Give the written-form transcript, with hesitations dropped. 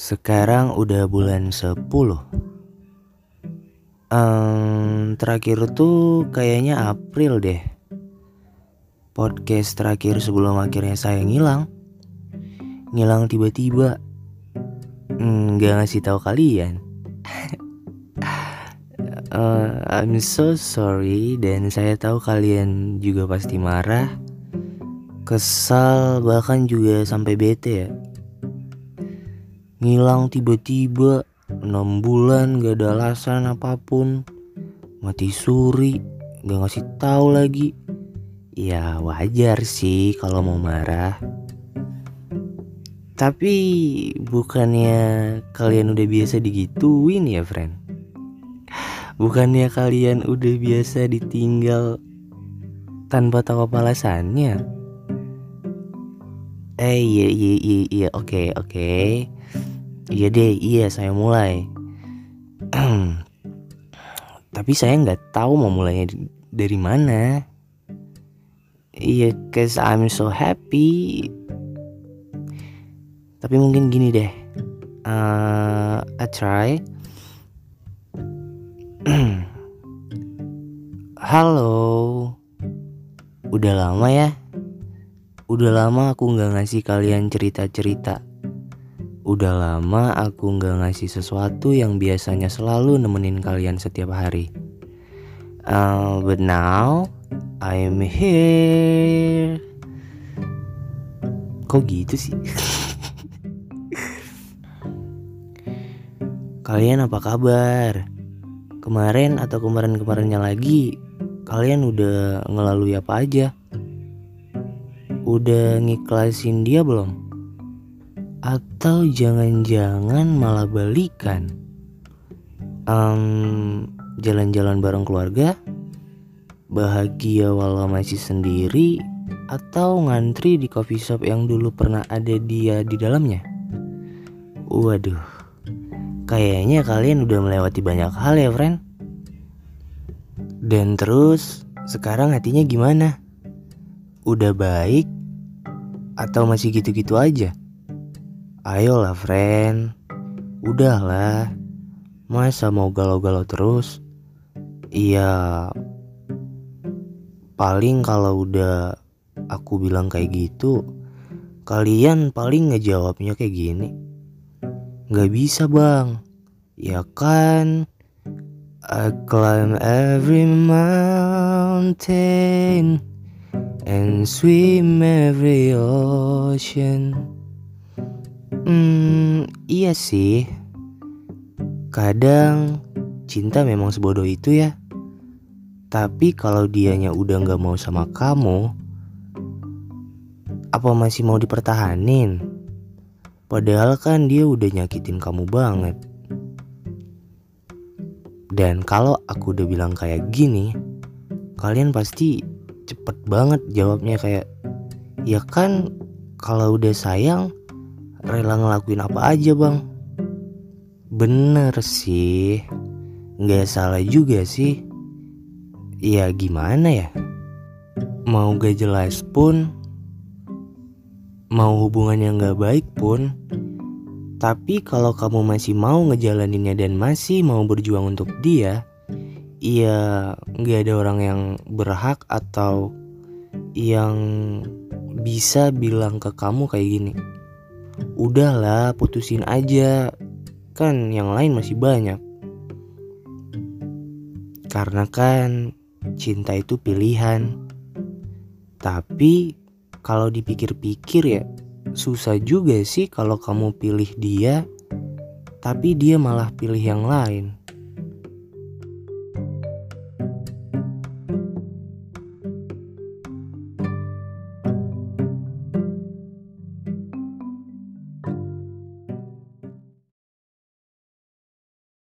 Sekarang udah bulan 10. Terakhir tuh kayaknya April deh. Podcast terakhir sebelum akhirnya saya ngilang tiba-tiba. Gak ngasih tahu kalian. I'm so sorry. Dan saya tahu kalian juga pasti marah, kesal, bahkan juga sampai bete ya. Ngilang tiba-tiba 6 bulan gak ada alasan apapun. Mati suri, gak ngasih tahu lagi. Ya wajar sih kalau mau marah. Tapi bukannya kalian udah biasa digituin ya friend? Bukannya kalian udah biasa ditinggal tanpa tahu apa alasannya? Iya, oke. Iya deh, iya saya mulai. Tapi saya nggak tahu mau mulainya dari mana. Iya, cause I'm so happy. Tapi mungkin gini deh. I try. Halo. Udah lama ya? Udah lama aku nggak ngasih kalian cerita-cerita. Udah lama aku gak ngasih sesuatu yang biasanya selalu nemenin kalian setiap hari. But now I'm here. Kok gitu sih? Kalian apa kabar? Kemarin atau kemarinnya lagi, kalian udah ngelalui apa aja? Udah ngiklasin dia belum? Atau jangan-jangan malah balikan? Jalan-jalan bareng keluarga? Bahagia walau masih sendiri? Atau ngantri di coffee shop yang dulu pernah ada dia di dalamnya? Waduh, kayaknya kalian udah melewati banyak hal ya friend. Dan terus sekarang hatinya gimana? Udah baik? Atau masih gitu-gitu aja? Ayolah friend, udahlah, masa mau galau-galau terus? Iya, paling kalau udah aku bilang kayak gitu, kalian paling ngejawabnya kayak gini. Gak bisa bang, ya kan? I climb every mountain and swim every ocean. Iya sih. Kadang cinta memang sebodoh itu ya. Tapi kalau dianya udah gak mau sama kamu, apa masih mau dipertahanin? Padahal kan dia udah nyakitin kamu banget. Dan kalau aku udah bilang kayak gini, kalian pasti cepet banget jawabnya kayak, ya kan kalau udah sayang rela ngelakuin apa aja bang. Bener sih, gak salah juga sih. Ya gimana ya, mau gak jelas pun, mau hubungan yang gak baik pun, tapi kalau kamu masih mau ngejalaninnya dan masih mau berjuang untuk dia, ya gak ada orang yang berhak atau yang bisa bilang ke kamu kayak gini, udahlah putusin aja, kan yang lain masih banyak. Karena kan cinta itu pilihan. Tapi kalau dipikir-pikir ya susah juga sih kalau kamu pilih dia tapi dia malah pilih yang lain.